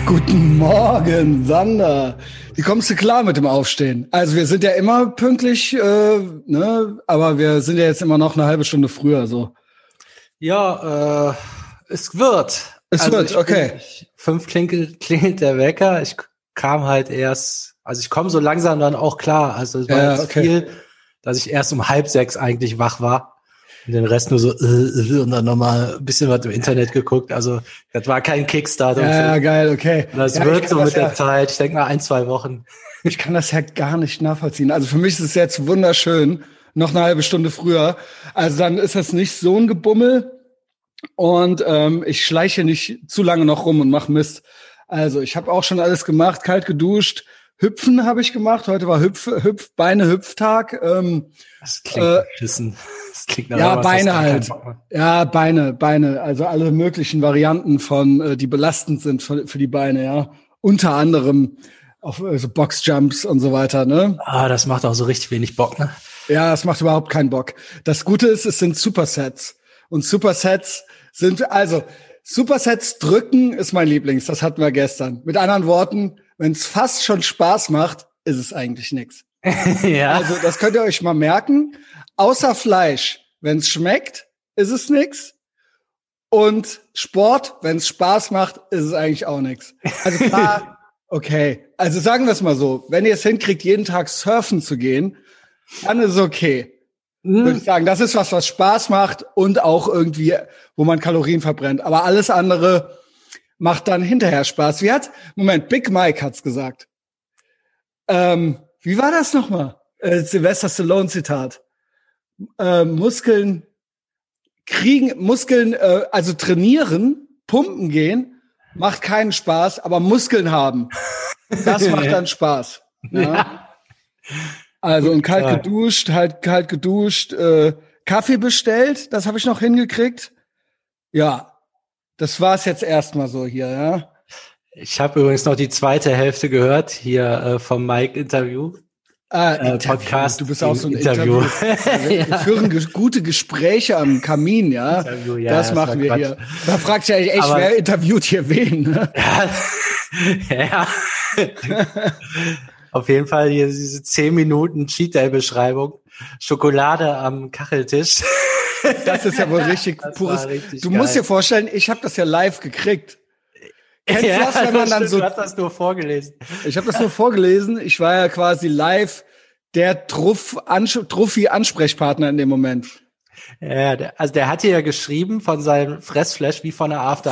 Guten Morgen, Sander. Wie kommst du klar mit dem Aufstehen? Also wir sind ja immer pünktlich, aber wir sind ja jetzt immer noch eine halbe Stunde früher so. Ja, es wird. Okay. 5 klingelt der Wecker. Ich kam halt erst, also ich komme so langsam dann auch klar. Also es war jetzt viel, dass ich erst um 5:30 eigentlich wach war. Und den Rest nur so und dann nochmal ein bisschen was im Internet geguckt. Also das war kein Kickstarter. Ja, geil, okay. Und das wird so mit der Zeit. Ich denke mal 1-2 Wochen. Ich kann das ja gar nicht nachvollziehen. Also für mich ist es jetzt wunderschön, noch eine halbe Stunde früher. Also dann ist das nicht so ein Gebummel und ich schleiche nicht zu lange noch rum und mache Mist. Also ich habe auch schon alles gemacht, kalt geduscht. Hüpfen habe ich gemacht. Heute war Beine-Hüpftag. Das klingt beschissen. Das klingt ja, Beine halt. Ja, Beine. Also alle möglichen Varianten von, die belastend sind für die Beine, ja. Unter anderem auf so Boxjumps und so weiter, ne? Ah, das macht auch so richtig wenig Bock, ne? Ja, es macht überhaupt keinen Bock. Das Gute ist, es sind Supersets. Und Supersets drücken ist mein Lieblings. Das hatten wir gestern. Mit anderen Worten, wenn es fast schon Spaß macht, ist es eigentlich nix. Ja. Also das könnt ihr euch mal merken. Außer Fleisch, wenn es schmeckt, ist es nix. Und Sport, wenn es Spaß macht, ist es eigentlich auch nix. Also klar, okay. Also sagen wir es mal so, wenn ihr es hinkriegt, jeden Tag surfen zu gehen, dann ist es okay. Würde ich sagen, das ist was Spaß macht und auch irgendwie, wo man Kalorien verbrennt. Aber alles andere macht dann hinterher Spaß. Big Mike hat's gesagt. Wie war das nochmal? Sylvester Stallone Zitat. Muskeln, also trainieren, pumpen gehen, macht keinen Spaß, aber Muskeln haben, das macht dann Spaß. Ja. Also und kalt geduscht, Kaffee bestellt, das habe ich noch hingekriegt. Ja, das war's jetzt erstmal so hier, ja. Ich habe übrigens noch die zweite Hälfte gehört hier vom Mike-Interview. Podcast. Du bist auch so ein Interview. Wir führen gute Gespräche am Kamin, ja. Das machen wir hier. Da fragt sich eigentlich echt, wer interviewt hier wen? Ne? Ja. Auf jeden Fall hier diese 10 Minuten Cheat Day Beschreibung. Schokolade am Kacheltisch. Das ist ja wohl richtig pures. Du musst dir vorstellen, ich habe das ja live gekriegt. Kennst du das, wenn man dann so? Du hast das nur vorgelesen. Ich habe das nur vorgelesen. Ich war ja quasi live der Truffi-Ansprechpartner in dem Moment. Ja, der hat hier ja geschrieben von seinem Fressflash wie von der After.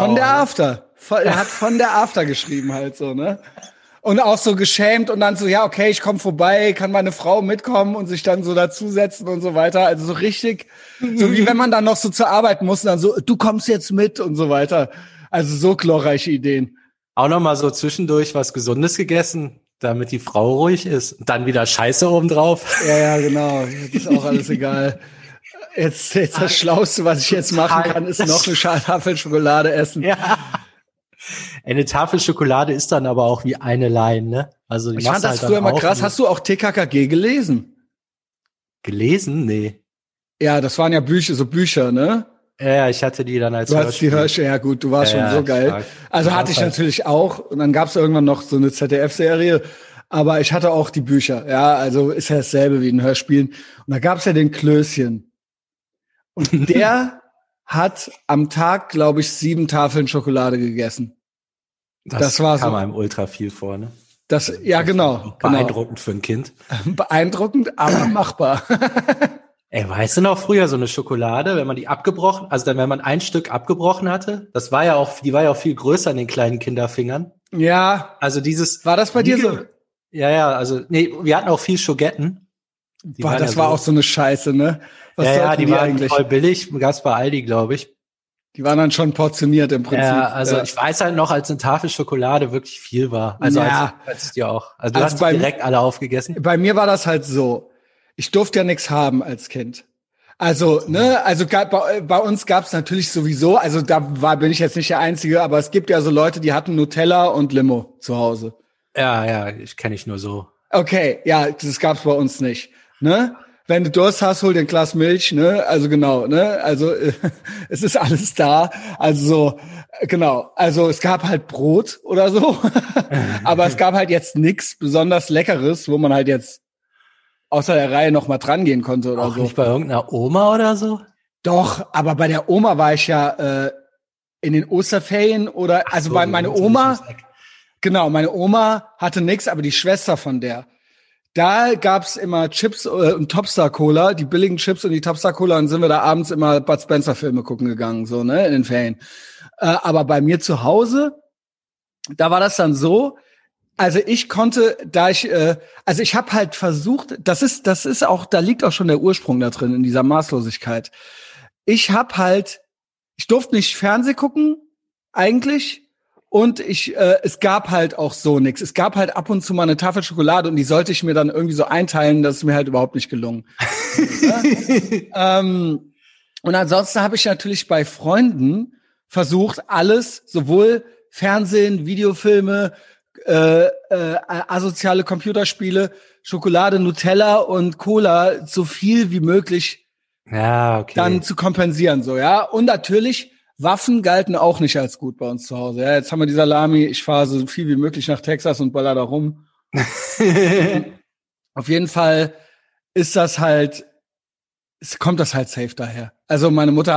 Er hat von der After geschrieben halt so, ne? Und auch so geschämt und dann so, ja, okay, ich komme vorbei, kann meine Frau mitkommen und sich dann so dazusetzen und so weiter. Also so richtig, so wie wenn man dann noch so zur Arbeit muss und dann so, du kommst jetzt mit und so weiter. Also so glorreiche Ideen. Auch noch mal so zwischendurch was Gesundes gegessen, damit die Frau ruhig ist. Und dann wieder Scheiße obendrauf. Ja, genau. Das ist auch alles egal. Jetzt das Schlauste, was ich jetzt machen kann, ist noch eine Tafel Schokolade essen. Ja. Eine Tafel Schokolade ist dann aber auch wie eine Line, ne? Also ich fand das früher mal krass. Hast du auch TKKG gelesen? Gelesen? Nee. Ja, das waren ja Bücher, ne? Ja, ich hatte die dann als Hörspiel. Du hast die Hörspiel, ja gut, du warst schon so geil. Also hatte ich natürlich auch. Und dann gab's irgendwann noch so eine ZDF-Serie. Aber ich hatte auch die Bücher. Ja, also ist ja dasselbe wie in Hörspielen. Und da gab's ja den Klößchen. Und der hat am Tag, glaube ich, 7 Tafeln Schokolade gegessen. Das war kam einem ultra viel vor, ne? Ja, genau. Beeindruckend für ein Kind. Beeindruckend, aber machbar. Ey, weißt du noch früher so eine Schokolade, wenn man die wenn man ein Stück abgebrochen hatte, die war ja auch viel größer in den kleinen Kinderfingern. Ja. Also war das bei dir so? Ja, also nee, wir hatten auch viel Schogetten. Das war auch so eine Scheiße, ne? Die waren eigentlich voll billig, gab's bei Aldi, glaube ich. Die waren dann schon portioniert im Prinzip. Ja, also ich weiß halt noch, als eine Tafel Schokolade wirklich viel war. Also als ich dir auch. Also du hast direkt alle aufgegessen. Bei mir war das halt so. Ich durfte ja nichts haben als Kind. Also, ne, bei uns gab's natürlich sowieso, also bin ich jetzt nicht der Einzige, aber es gibt ja so Leute, die hatten Nutella und Limo zu Hause. Ja, ich kenne ich nur so. Okay, ja, das gab's bei uns nicht, ne? wenn du Durst hast, hol dir ein Glas Milch, ne? Also genau, ne? Also es ist alles da. Also so, genau. Also es gab halt Brot oder so, aber es gab halt jetzt nichts besonders Leckeres, wo man halt jetzt außer der Reihe noch mal dran gehen konnte oder auch so. Nicht bei irgendeiner Oma oder so? Doch, aber bei der Oma war ich ja in den Osterferien oder also So, bei die meine wohnte nicht Oma, ums Eck. genau, meine Oma hatte nix, aber die Schwester von der. Da gab's immer Chips und Topstar Cola, die billigen Chips und die Topstar Cola, und sind wir da abends immer Bud Spencer Filme gucken gegangen, so, ne, in den Ferien. Aber bei mir zu Hause, da war das dann so, also ich konnte, also ich habe halt versucht, das ist auch, da liegt auch schon der Ursprung da drin, in dieser Maßlosigkeit. Ich durfte nicht Fernseh gucken, eigentlich. Und es gab halt auch so nix. Es gab halt ab und zu mal eine Tafel Schokolade und die sollte ich mir dann irgendwie so einteilen, das ist mir halt überhaupt nicht gelungen. Und ansonsten habe ich natürlich bei Freunden versucht, alles, sowohl Fernsehen, Videofilme, asoziale Computerspiele, Schokolade, Nutella und Cola so viel wie möglich dann zu kompensieren, so, ja. Und natürlich, Waffen galten auch nicht als gut bei uns zu Hause. Ja, jetzt haben wir die Salami, ich fahre so viel wie möglich nach Texas und baller da rum. Auf jeden Fall kommt das halt safe daher. Also meine Mutter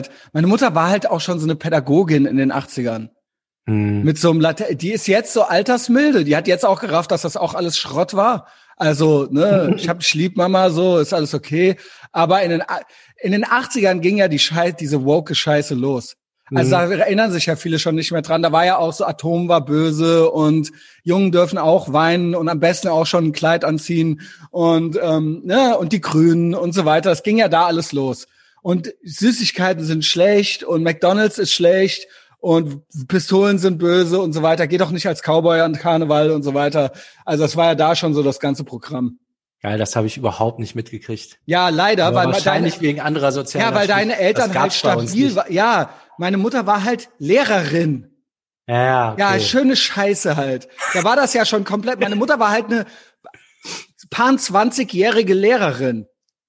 war halt auch schon so eine Pädagogin in den 80ern. Mit so einem die ist jetzt so altersmilde, die hat jetzt auch gerafft, dass das auch alles Schrott war. Also, ne, ich hab dich lieb, Mama, so, ist alles okay. Aber in den 80ern ging ja diese woke Scheiße los. Also da erinnern sich ja viele schon nicht mehr dran. Da war ja auch so, Atom war böse und Jungen dürfen auch weinen und am besten auch schon ein Kleid anziehen und ne, und die Grünen und so weiter. Das ging ja da alles los. Und Süßigkeiten sind schlecht und McDonald's ist schlecht und Pistolen sind böse und so weiter. Geh doch nicht als Cowboy an Karneval und so weiter. Also das war ja da schon so das ganze Programm. Geil, das habe ich überhaupt nicht mitgekriegt. Ja, leider, aber weil wahrscheinlich wegen anderer sozialer Ja, weil deine Eltern halt stabil waren. Ja, meine Mutter war halt Lehrerin. Ja, okay. Ja, schöne Scheiße halt. Da war das ja schon komplett. Meine Mutter war halt eine paar 20-jährige Lehrerin.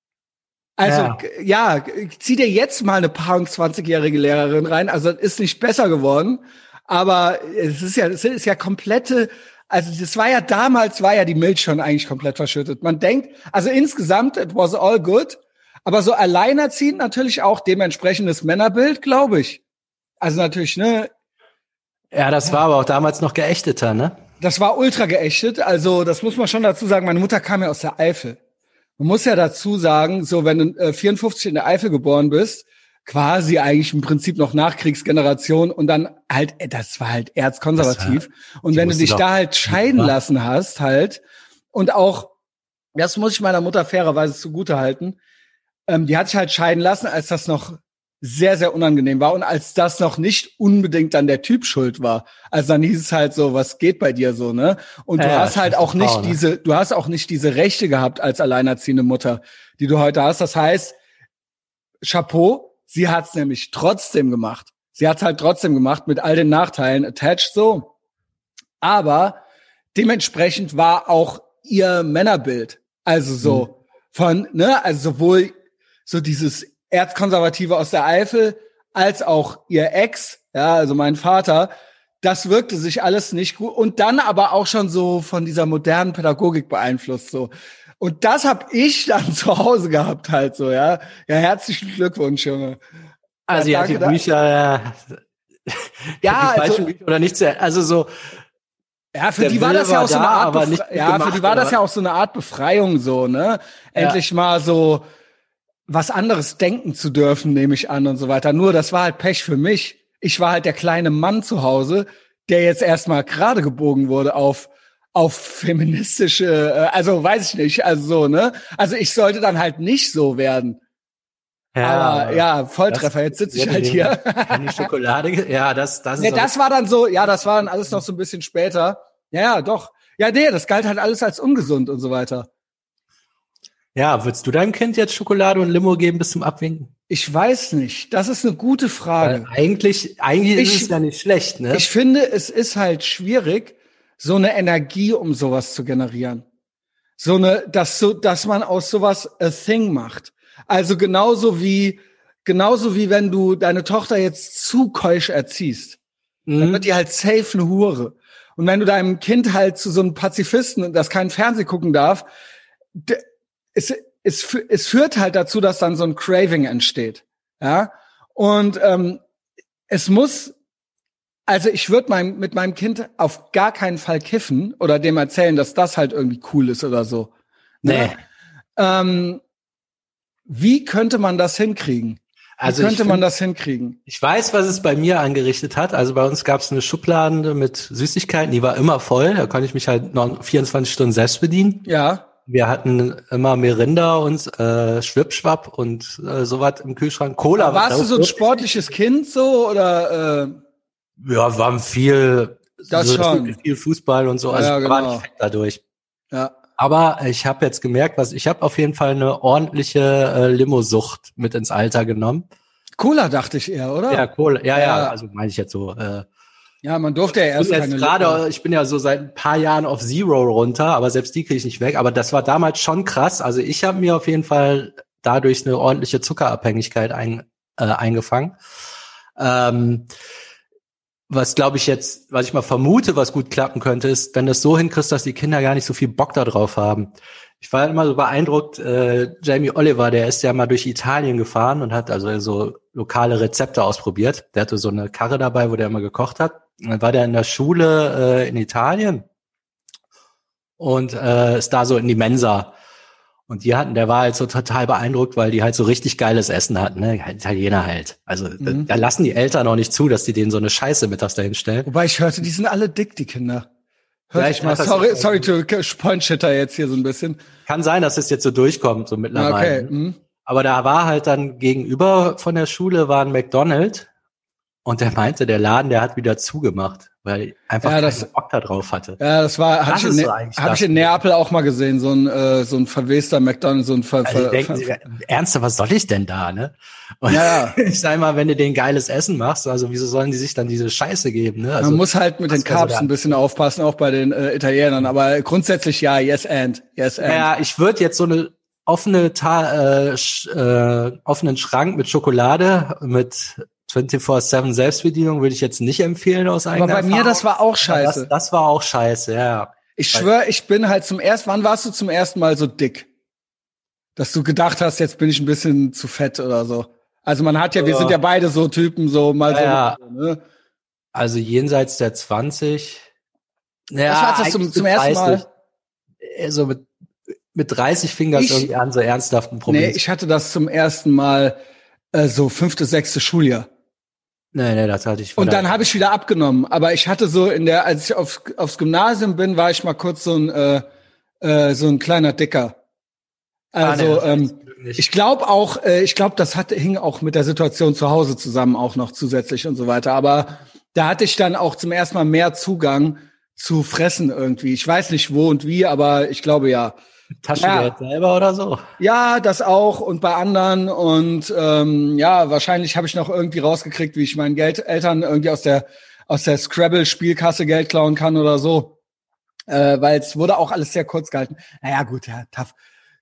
Also, ja, zieh dir jetzt mal eine paar 20-jährige Lehrerin rein. Also, das ist nicht besser geworden. Aber es ist ja komplette, also damals war ja die Milch schon eigentlich komplett verschüttet. Man denkt, also insgesamt, it was all good. Aber so alleinerziehend natürlich auch dementsprechendes Männerbild, glaube ich. Also natürlich, ne? Ja, das war aber auch damals noch geächteter, ne? Das war ultra geächtet. Also, das muss man schon dazu sagen. Meine Mutter kam ja aus der Eifel. Man muss ja dazu sagen, so wenn du 54 in der Eifel geboren bist, quasi eigentlich im Prinzip noch Nachkriegsgeneration und dann halt, das war halt erzkonservativ. Und wenn du dich da halt scheiden lassen hast halt und auch, das muss ich meiner Mutter fairerweise zugutehalten, die hat sich halt scheiden lassen, als das noch sehr, sehr unangenehm war und als das noch nicht unbedingt dann der Typ schuld war. Also dann hieß es halt so, was geht bei dir so, ne? Und du hast halt auch nicht du hast auch nicht diese Rechte gehabt als alleinerziehende Mutter, die du heute hast. Das heißt, Chapeau, sie hat's nämlich trotzdem gemacht. Sie hat's halt trotzdem gemacht mit all den Nachteilen attached so. Aber dementsprechend war auch ihr Männerbild, also so von, ne, also sowohl so dieses Erzkonservative aus der Eifel, als auch ihr Ex, ja, also mein Vater, das wirkte sich alles nicht gut und dann aber auch schon so von dieser modernen Pädagogik beeinflusst so. Und das hab ich dann zu Hause gehabt halt so, ja. Ja, herzlichen Glückwunsch, Junge. Also ja, die Bücher, oder nicht sehr, also so. Ja, für die war das ja auch so eine Art, für die war das ja auch so eine Art Befreiung so, ne? Endlich mal so was anderes denken zu dürfen, nehme ich an und so weiter. Nur das war halt Pech für mich. Ich war halt der kleine Mann zu Hause, der jetzt erstmal gerade gebogen wurde auf feministische, also weiß ich nicht, also so, ne? Also ich sollte dann halt nicht so werden. Ja, aber ja, Volltreffer, jetzt sitze ich halt hier. Die Schokolade, ja, das ist. Ja, das war dann so, ja, das war dann alles noch so ein bisschen später. Ja, doch. Ja, nee, das galt halt alles als ungesund und so weiter. Ja, würdest du deinem Kind jetzt Schokolade und Limo geben bis zum Abwinken? Ich weiß nicht. Das ist eine gute Frage. Weil eigentlich ist es ja nicht schlecht, ne? Ich finde, es ist halt schwierig, so eine Energie, um sowas zu generieren. dass man aus sowas a thing macht. Also genauso wie wenn du deine Tochter jetzt zu keusch erziehst, dann wird die halt safe eine Hure. Und wenn du deinem Kind halt zu so einem Pazifisten, das keinen Fernsehen gucken darf, es führt halt dazu, dass dann so ein Craving entsteht. Ja. Und es muss, also ich würde mit meinem Kind auf gar keinen Fall kiffen oder dem erzählen, dass das halt irgendwie cool ist oder so. Nee. Ne? Wie könnte man das hinkriegen? Ich weiß, was es bei mir angerichtet hat. Also bei uns gab es eine Schublade mit Süßigkeiten, die war immer voll. Da konnte ich mich halt noch 24 Stunden selbst bedienen. Ja. Wir hatten immer Mirinda und Schwipschwapp und sowas im Kühlschrank. Cola. Warst du so ein sportliches Kind so oder? Ja, waren viel Fußball und so. Also ja, ich war nicht fett dadurch. Ja. Aber ich habe jetzt gemerkt, ich habe auf jeden Fall eine ordentliche Limo-Sucht mit ins Alter genommen. Cola dachte ich eher, oder? Ja, Cola. Ja, also meine ich jetzt so. Ja, man durfte ja erst keine Limo. Ich bin ja so seit ein paar Jahren auf Zero runter, aber selbst die kriege ich nicht weg. Aber das war damals schon krass. Also ich habe mir auf jeden Fall dadurch eine ordentliche Zuckerabhängigkeit eingefangen. Was ich mal vermute, was gut klappen könnte, ist, wenn du es so hinkriegst, dass die Kinder gar nicht so viel Bock da drauf haben. Ich war immer so beeindruckt, Jamie Oliver, der ist ja mal durch Italien gefahren und hat also so lokale Rezepte ausprobiert. Der hatte so eine Karre dabei, wo der immer gekocht hat. Und dann war der in der Schule in Italien und ist da so in die Mensa. Und der war halt so total beeindruckt, weil die halt so richtig geiles Essen hatten, ne? Italiener halt. Also da lassen die Eltern auch nicht zu, dass die denen so eine Scheiße mittags dahin stellen. Wobei ich hörte, die sind alle dick, die Kinder. Hörte ich mal. Sorry to Pointshitter jetzt hier so ein bisschen. Kann sein, dass es jetzt so durchkommt, so mittlerweile. Okay. Aber da war halt dann gegenüber von der Schule war ein McDonald's und der meinte, der Laden, der hat wieder zugemacht, weil einfach keinen Bock da drauf hatte. Ja, das war, habe ich in Neapel auch mal gesehen, so ein verwester McDonald's, ernsthaft, was soll ich denn da, ne? Und ja. Ich sag mal, wenn du denen geiles Essen machst, also wieso sollen die sich dann diese Scheiße geben, ne? Also, man muss halt mit den Carbs ein bisschen aufpassen, auch bei den Italienern, aber grundsätzlich ja, yes and. Ja, ich würde jetzt so eine offenen Schrank mit Schokolade, mit 24/7 Selbstbedienung würde ich jetzt nicht empfehlen aus eigener Erfahrung. Aber bei mir, das war auch scheiße. Das war auch scheiße, ja. Ich schwöre, ich bin halt wann warst du zum ersten Mal so dick? Dass du gedacht hast, jetzt bin ich ein bisschen zu fett oder so. Also man hat ja, wir sind ja beide so Typen, so mal ja, so. Ne? Also jenseits der 20. Ja, was war das zum ersten Mal? So mit 30 fing das irgendwie an, so ernsthaften Problemen. Nee, ich hatte das zum ersten Mal so 5., 6. Schuljahr. Nee, das hatte ich. Und dann habe ich wieder abgenommen. Aber ich hatte so als ich aufs Gymnasium bin, war ich mal kurz so ein kleiner Dicker. Also ich glaube auch, das hing auch mit der Situation zu Hause zusammen auch noch zusätzlich und so weiter. Aber da hatte ich dann auch zum ersten Mal mehr Zugang zu Fressen irgendwie. Ich weiß nicht wo und wie, aber ich glaube ja. Taschengeld selber oder so? Ja, das auch und bei anderen und wahrscheinlich habe ich noch irgendwie rausgekriegt, wie ich meinen Eltern irgendwie aus der Scrabble-Spielkasse Geld klauen kann oder so, weil es wurde auch alles sehr kurz gehalten. Naja, gut, ja, tough.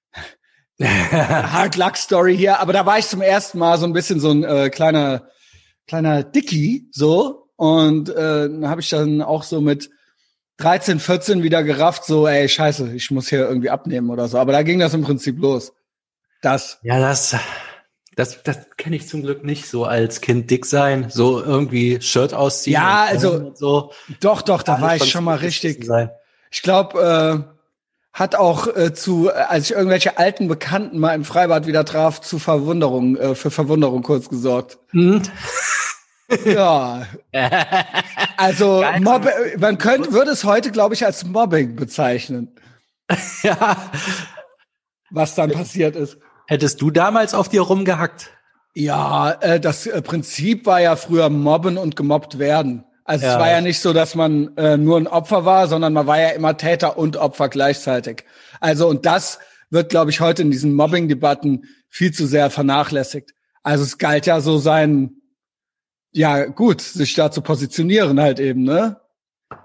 Hard Luck Story hier, aber da war ich zum ersten Mal so ein bisschen so ein kleiner Dickie so und habe ich dann auch so mit 13, 14 wieder gerafft, so, ey, scheiße, ich muss hier irgendwie abnehmen oder so. Aber da ging das im Prinzip los. Das kenne ich zum Glück nicht, so als Kind dick sein, so irgendwie Shirt ausziehen. Ja, also, so. Doch, da war ich schon mal richtig. Ich glaube, hat auch als ich irgendwelche alten Bekannten mal im Freibad wieder traf, für Verwunderung kurz gesorgt. Mhm. Ja. Also würde es heute, glaube ich, als Mobbing bezeichnen. Ja. Was dann passiert ist. Hättest du damals auf dir rumgehackt? Ja, das Prinzip war ja früher mobben und gemobbt werden. Also es war ja nicht so, dass man nur ein Opfer war, sondern man war ja immer Täter und Opfer gleichzeitig. Also und das wird, glaube ich, heute in diesen Mobbing-Debatten viel zu sehr vernachlässigt. Also es galt ja so sich da zu positionieren halt eben, ne?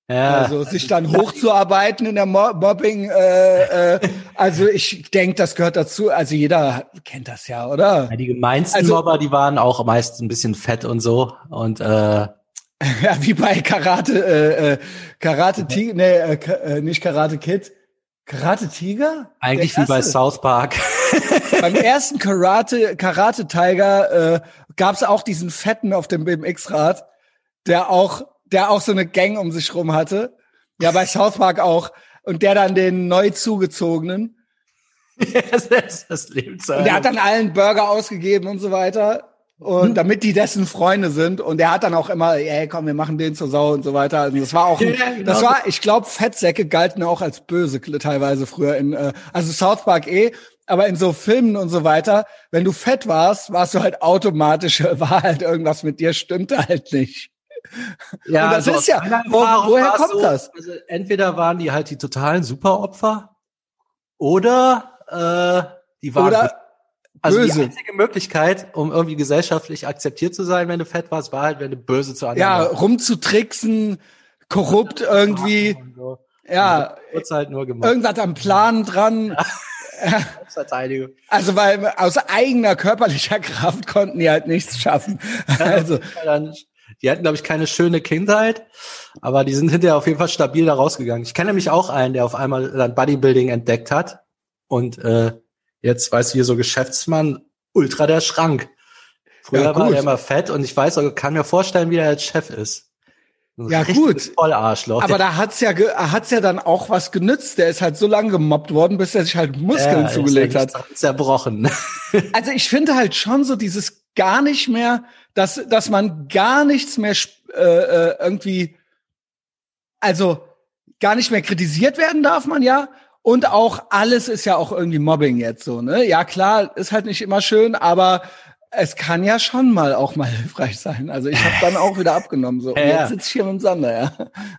Ja. Also sich dann hochzuarbeiten in der Mobbing, also ich denke, das gehört dazu. Also jeder kennt das ja, oder? Ja, die gemeinsten Mobber, die waren auch meist ein bisschen fett und so. Und ja, wie bei Karate Tiger, nicht Karate Kid. Karate Tiger? Eigentlich wie bei South Park. Beim ersten Karate Tiger gab's auch diesen Fetten auf dem BMX-Rad, der auch so eine Gang um sich rum hatte. Ja, bei South Park auch. Und der dann den neu zugezogenen. das Lebensjahr. Und der hat dann allen Burger ausgegeben und so weiter. Und damit die dessen Freunde sind. Und der hat dann auch immer, ey, komm, wir machen den zur Sau und so weiter. Also das war auch, ich glaube, Fettsäcke galten auch als böse teilweise früher also South Park aber in so Filmen und so weiter, wenn du fett warst du halt automatisch, war halt irgendwas mit dir, stimmte halt nicht. Ja, und das also ist ja, woher kommt das? Also entweder waren die halt die totalen Superopfer oder die waren also böse. Die einzige Möglichkeit, um irgendwie gesellschaftlich akzeptiert zu sein, wenn du fett warst, war halt, wenn du böse zu anderen warst. Ja, rumzutricksen, korrupt irgendwie. So. Ja, halt nur gemacht. Irgendwas am Plan dran. Ja. Also weil aus eigener körperlicher Kraft konnten die halt nichts schaffen. Also die hatten, glaube ich, keine schöne Kindheit, aber die sind hinterher auf jeden Fall stabil da rausgegangen. Ich kenne nämlich auch einen, der auf einmal dann Bodybuilding entdeckt hat und jetzt, weißt du, hier so Geschäftsmann, ultra der Schrank. Früher war der immer fett und ich kann mir vorstellen, wie er als Chef ist. Ja, gut. Vollarschloch. Aber da hat's ja dann auch was genützt. Der ist halt so lange gemobbt worden, bis er sich halt Muskeln zugelegt hat. Zerbrochen. Also ich finde halt schon so dieses gar nicht mehr, dass man gar nichts mehr irgendwie, also gar nicht mehr kritisiert werden darf man ja. Und auch alles ist ja auch irgendwie Mobbing jetzt so, ne? Ja, klar, ist halt nicht immer schön, aber es kann ja schon mal hilfreich sein. Also ich habe dann auch wieder abgenommen. So. Und jetzt sitze ich hier mit dem Sander, ja.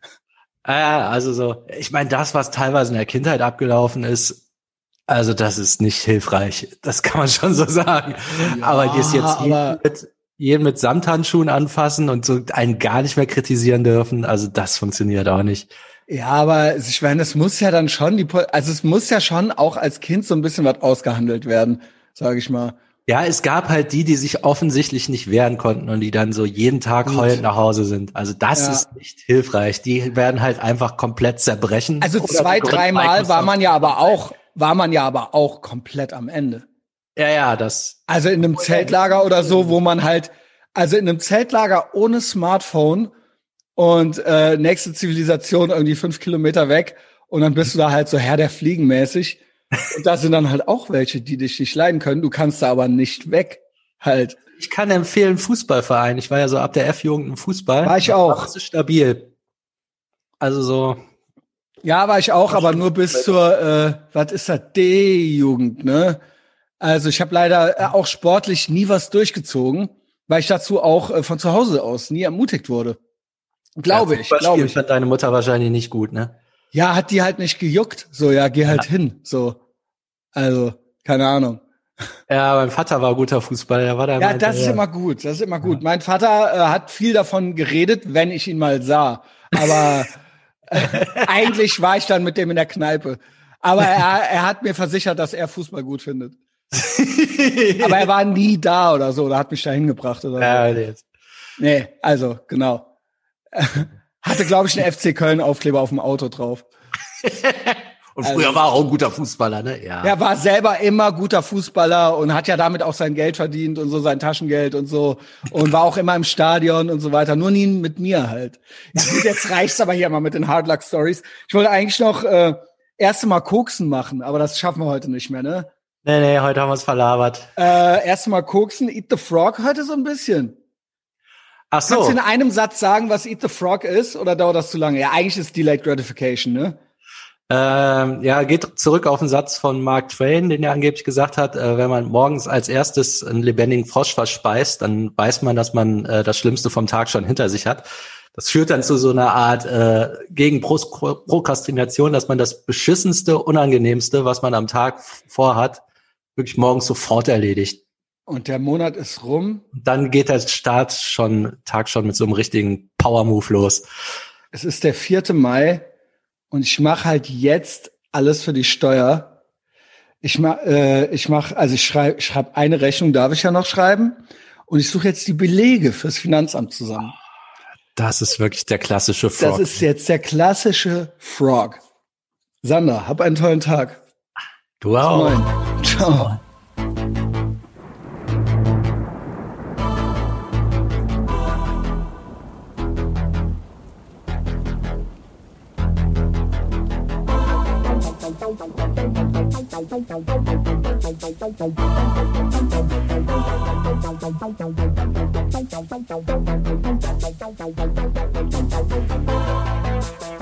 Ja, also so, ich meine, das, was teilweise in der Kindheit abgelaufen ist, also das ist nicht hilfreich. Das kann man schon so sagen. Ja, aber das jetzt jeden mit Samthandschuhen anfassen und so einen gar nicht mehr kritisieren dürfen, also das funktioniert auch nicht. Ja, aber ich meine, es muss ja dann schon es muss ja schon auch als Kind so ein bisschen was ausgehandelt werden, sage ich mal. Ja, es gab halt die sich offensichtlich nicht wehren konnten und die dann so jeden Tag heulend nach Hause sind. Also das ist nicht hilfreich. Die werden halt einfach komplett zerbrechen. Also 2-3 Mal war man ja aber auch komplett am Ende. Ja, das. Also in einem Zeltlager oder so, wo man halt, also in einem Zeltlager ohne Smartphone und nächste Zivilisation irgendwie 5 Kilometer weg und dann bist du da halt so Herr der Fliegen mäßig. Und da sind dann halt auch welche, die dich nicht leiden können. Du kannst da aber nicht weg, halt. Ich kann empfehlen, Fußballverein. Ich war ja so ab der F-Jugend im Fußball. War ich auch. Das ist stabil. Also so. Ja, war ich auch, aber nur bis zur, was ist das, D-Jugend, ne? Also ich habe leider auch sportlich nie was durchgezogen, weil ich dazu auch von zu Hause aus nie ermutigt wurde. Glaube ich. Fand deine Mutter wahrscheinlich nicht gut, ne? Ja, hat die halt nicht gejuckt. So, ja, geh halt hin. So. Also, keine Ahnung. Ja, mein Vater war guter Fußballer. Der war da. Ja, das ist immer gut. Das ist immer gut. Mein Vater hat viel davon geredet, wenn ich ihn mal sah. Aber eigentlich war ich dann mit dem in der Kneipe. Aber er hat mir versichert, dass er Fußball gut findet. Aber er war nie da oder so. Oder hat mich da hingebracht oder so. Nee, also, genau. Hatte, glaube ich, einen FC Köln-Aufkleber auf dem Auto drauf. Und früher war er auch ein guter Fußballer, ne? Ja. Er war selber immer guter Fußballer und hat ja damit auch sein Geld verdient und so, sein Taschengeld und so. Und war auch immer im Stadion und so weiter. Nur nie mit mir halt. Ja, gut, jetzt reicht's aber hier mal mit den Hard Luck Stories. Ich wollte eigentlich noch erste Mal Koksen machen, aber das schaffen wir heute nicht mehr, ne? Nee, heute haben wir es verlabert. Erste Mal Koksen, Eat the Frog heute so ein bisschen. Ach so. Kannst du in einem Satz sagen, was Eat the Frog ist, oder dauert das zu lange? Ja, eigentlich ist Delayed Gratification, ne? Ja, geht zurück auf den Satz von Mark Twain, den er angeblich gesagt hat, wenn man morgens als erstes einen lebendigen Frosch verspeist, dann weiß man, dass man das Schlimmste vom Tag schon hinter sich hat. Das führt dann zu so einer Art Prokrastination, dass man das beschissenste, unangenehmste, was man am Tag vorhat, wirklich morgens sofort erledigt. Und der Monat ist rum. Dann geht der Tag schon mit so einem richtigen Power-Move los. Es ist der 4. Mai und ich mache halt jetzt alles für die Steuer. Ich schreibe eine Rechnung, darf ich ja noch schreiben. Und ich suche jetzt die Belege fürs Finanzamt zusammen. Das ist wirklich der klassische Frog. Das ist jetzt der klassische Frog. Sander, hab einen tollen Tag. Du auch. Ciao. Ciao.